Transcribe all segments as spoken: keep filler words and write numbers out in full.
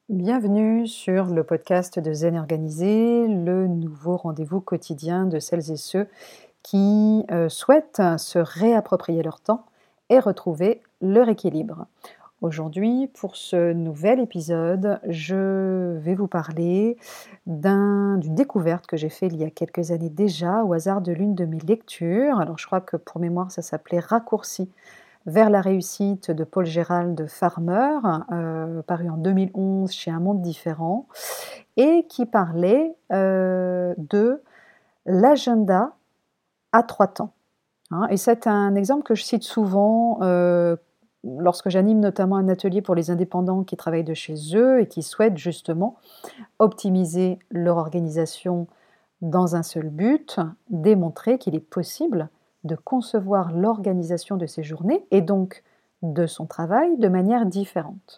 Bienvenue sur le podcast de Zen Organisé, le nouveau rendez-vous quotidien de celles et ceux qui euh, souhaitent se réapproprier leur temps et retrouver leur équilibre. Aujourd'hui, pour ce nouvel épisode, je vais vous parler d'un- d'une découverte que j'ai faite il y a quelques années déjà au hasard de l'une de mes lectures. Alors je crois que pour mémoire ça s'appelait Raccourci vers la réussite de Paul Gérald Farmer, heu, paru en deux mille onze chez Un Monde Différent et qui parlait, heu, de l'agenda à trois temps, hein, et c'est un exemple que je cite souvent, heu, lorsque j'anime notamment un atelier pour les indépendants qui travaillent de chez eux et qui souhaitent justement optimiser leur organisation dans un seul but, démontrer qu'il est possible de concevoir l'organisation de ses journées et donc de son travail de manière différente.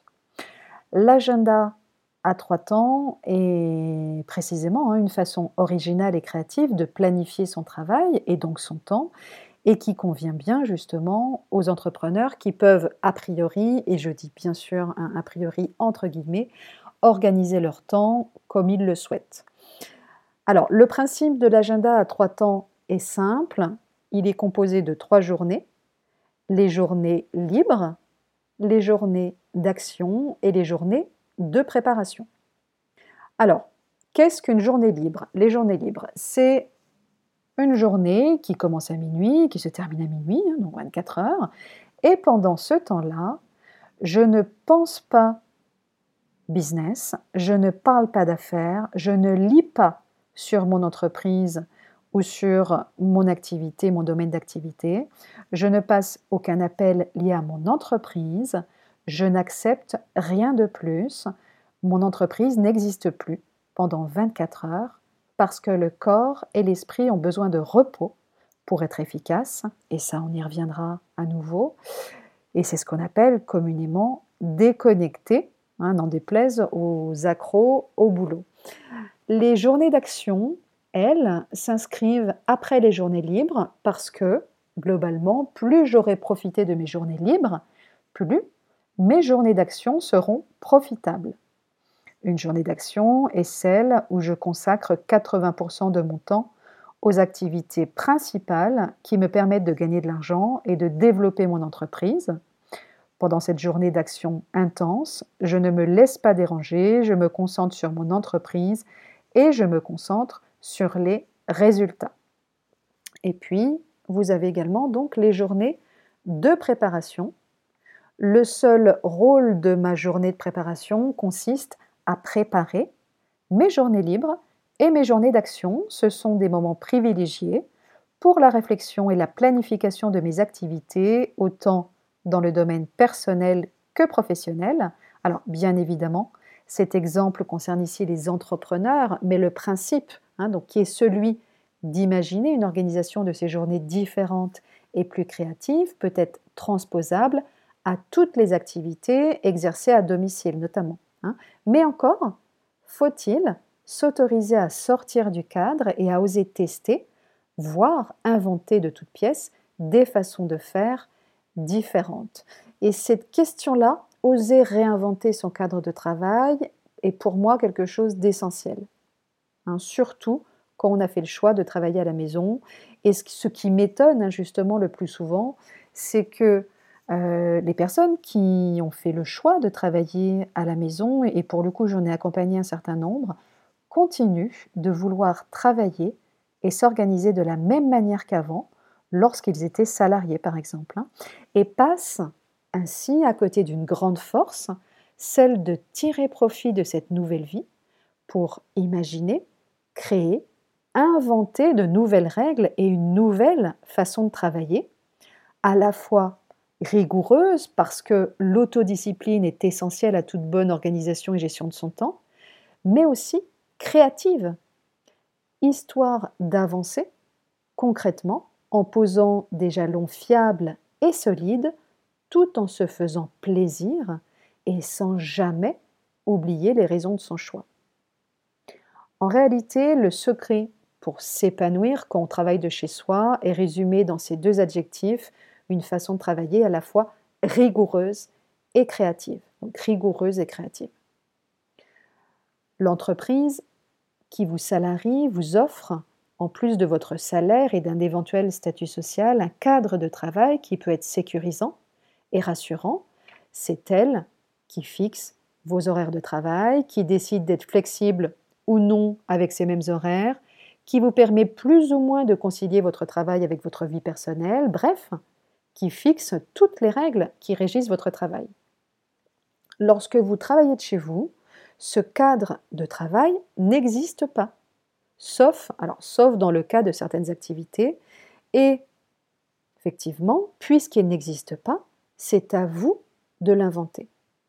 L'agenda à trois temps est précisément hein, une façon originale et créative de planifier son travail et donc son temps et qui convient bien justement aux entrepreneurs qui peuvent a priori, et je dis bien sûr un a priori entre guillemets, organiser leur temps comme ils le souhaitent. Alors, le principe de l'agenda à trois temps est simple. Il est composé de trois journées, les journées libres, les journées d'action et les journées de préparation. Alors, qu'est-ce qu'une journée libre? Les journées libres, c'est une journée qui commence à minuit, qui se termine à minuit, hein, donc vingt-quatre heures, et pendant ce temps-là, je ne pense pas business, je ne parle pas d'affaires, je ne lis pas sur mon entreprise ou sur mon activité, mon domaine d'activité, je ne passe aucun appel lié à mon entreprise, je n'accepte rien de plus, mon entreprise n'existe plus pendant vingt-quatre heures parce que le corps et l'esprit ont besoin de repos pour être efficaces, et ça on y reviendra à nouveau, et c'est ce qu'on appelle communément déconnecter, hein, n'en déplaise aux accros au boulot. Les journées d'action, elles, s'inscrivent après les journées libres parce que, globalement, plus j'aurai profité de mes journées libres, plus mes journées d'action seront profitables. Une journée d'action est celle où je consacre quatre-vingts pour cent de mon temps aux activités principales qui me permettent de gagner de l'argent et de développer mon entreprise. Pendant cette journée d'action intense, je ne me laisse pas déranger, je me concentre sur mon entreprise et je me concentre sur les résultats. Et puis, vous avez également donc les journées de préparation. Le seul rôle de ma journée de préparation consiste à préparer mes journées libres et mes journées d'action. Ce sont des moments privilégiés pour la réflexion et la planification de mes activités, autant dans le domaine personnel que professionnel. Alors, bien évidemment, cet exemple concerne ici les entrepreneurs, mais le principe, hein, donc, qui est celui d'imaginer une organisation de ces journées différentes et plus créatives, peut être transposable à toutes les activités exercées à domicile notamment, hein. Mais encore, faut-il s'autoriser à sortir du cadre et à oser tester, voire inventer de toutes pièces des façons de faire différentes. Et cette question-là, oser réinventer son cadre de travail, est pour moi quelque chose d'essentiel, hein, surtout quand on a fait le choix de travailler à la maison. Et ce qui, ce qui m'étonne hein, justement le plus souvent, c'est que euh, les personnes qui ont fait le choix de travailler à la maison, et pour le coup j'en ai accompagné un certain nombre, continuent de vouloir travailler et s'organiser de la même manière qu'avant, lorsqu'ils étaient salariés par exemple, hein, et passent ainsi à côté d'une grande force, celle de tirer profit de cette nouvelle vie pour imaginer, créer, inventer de nouvelles règles et une nouvelle façon de travailler, à la fois rigoureuse parce que l'autodiscipline est essentielle à toute bonne organisation et gestion de son temps, mais aussi créative, histoire d'avancer concrètement en posant des jalons fiables et solides tout en se faisant plaisir et sans jamais oublier les raisons de son choix. En réalité, le secret pour s'épanouir quand on travaille de chez soi est résumé dans ces deux adjectifs, une façon de travailler à la fois rigoureuse et créative. Donc rigoureuse et créative. L'entreprise qui vous salarie vous offre, en plus de votre salaire et d'un éventuel statut social, un cadre de travail qui peut être sécurisant et rassurant. C'est elle qui fixe vos horaires de travail, qui décide d'être flexible ou non avec ces mêmes horaires, qui vous permet plus ou moins de concilier votre travail avec votre vie personnelle, bref, qui fixe toutes les règles qui régissent votre travail. Lorsque vous travaillez de chez vous, ce cadre de travail n'existe pas, sauf, alors, sauf dans le cas de certaines activités, et effectivement, puisqu'il n'existe pas, c'est à vous de l'inventer.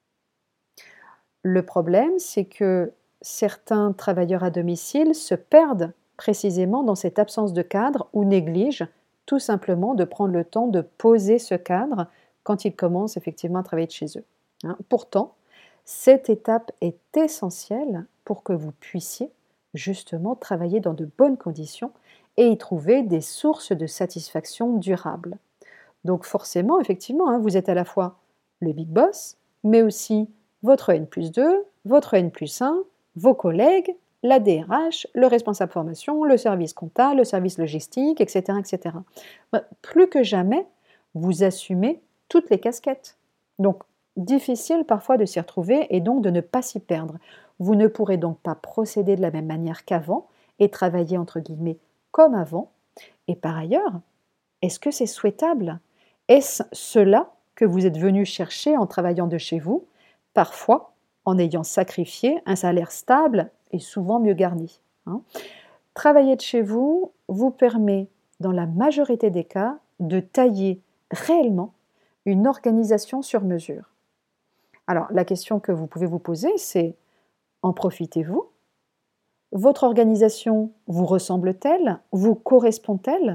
Le problème, c'est que certains travailleurs à domicile se perdent précisément dans cette absence de cadre ou négligent tout simplement de prendre le temps de poser ce cadre quand ils commencent effectivement à travailler de chez eux. Hein. Pourtant, cette étape est essentielle pour que vous puissiez justement travailler dans de bonnes conditions et y trouver des sources de satisfaction durables. Donc forcément, effectivement, hein, vous êtes à la fois le big boss, mais aussi votre N plus deux, votre N plus un, vos collègues, la D R H, le responsable formation, le service compta, le service logistique, et cetera, et cetera. Plus que jamais, vous assumez toutes les casquettes. Donc, difficile parfois de s'y retrouver et donc de ne pas s'y perdre. Vous ne pourrez donc pas procéder de la même manière qu'avant et travailler entre guillemets comme avant. Et par ailleurs, est-ce que c'est souhaitable ? Est-ce cela que vous êtes venu chercher en travaillant de chez vous, parfois en ayant sacrifié un salaire stable et souvent mieux garni, hein ? Travailler de chez vous vous permet, dans la majorité des cas, de tailler réellement une organisation sur mesure. Alors, la question que vous pouvez vous poser, c'est: en profitez-vous ? Votre organisation vous ressemble-t-elle ? Vous correspond-elle ?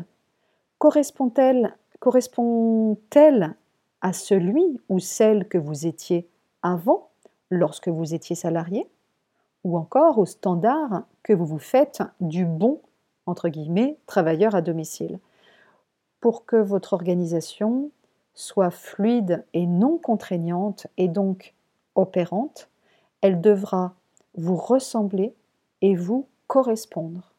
Correspond-elle, correspond-elle à celui ou celle que vous étiez avant, lorsque vous étiez salarié ? Ou encore aux standards que vous vous faites du bon, entre guillemets, travailleur à domicile. Pour que votre organisation soit fluide et non contraignante et donc opérante, elle devra vous ressembler et vous correspondre.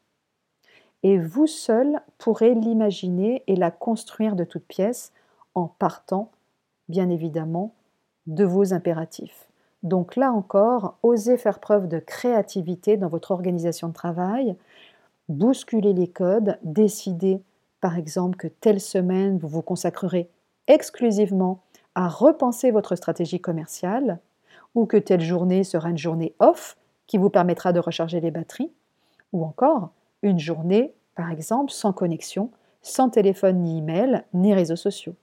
Et vous seul pourrez l'imaginer et la construire de toutes pièces en partant, bien évidemment, de vos impératifs. Donc là encore, osez faire preuve de créativité dans votre organisation de travail, bousculer les codes, décider par exemple que telle semaine, vous vous consacrerez exclusivement à repenser votre stratégie commerciale, ou que telle journée sera une journée off qui vous permettra de recharger les batteries, ou encore une journée, par exemple, sans connexion, sans téléphone ni email, ni réseaux sociaux.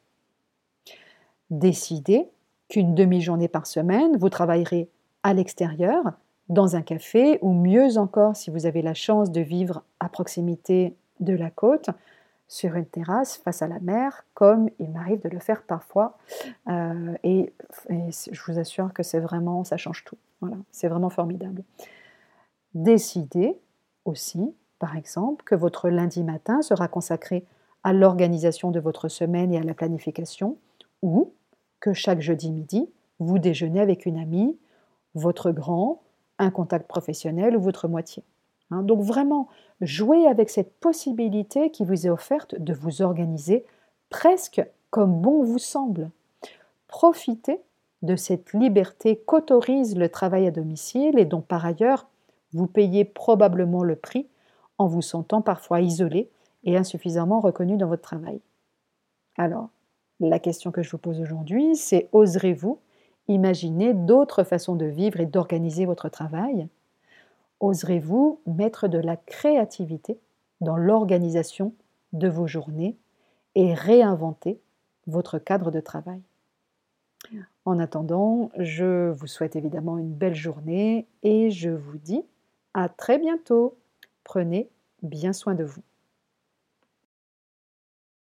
Décidez qu'une demi-journée par semaine, vous travaillerez à l'extérieur, dans un café, ou mieux encore, si vous avez la chance de vivre à proximité de la côte, sur une terrasse face à la mer, comme il m'arrive de le faire parfois. Euh, et, et je vous assure que c'est vraiment, ça change tout. Voilà, c'est vraiment formidable. Décidez aussi, par exemple, que votre lundi matin sera consacré à l'organisation de votre semaine et à la planification, ou que chaque jeudi midi, vous déjeunez avec une amie, votre grand, un contact professionnel ou votre moitié. Hein, donc vraiment, jouez avec cette possibilité qui vous est offerte de vous organiser presque comme bon vous semble. Profitez de cette liberté qu'autorise le travail à domicile et dont par ailleurs vous payez probablement le prix en vous sentant parfois isolé et insuffisamment reconnu dans votre travail. Alors, la question que je vous pose aujourd'hui, c'est: oserez-vous imaginer d'autres façons de vivre et d'organiser votre travail ? Oserez-vous mettre de la créativité dans l'organisation de vos journées et réinventer votre cadre de travail ? En attendant, je vous souhaite évidemment une belle journée et je vous dis à très bientôt. Prenez bien soin de vous.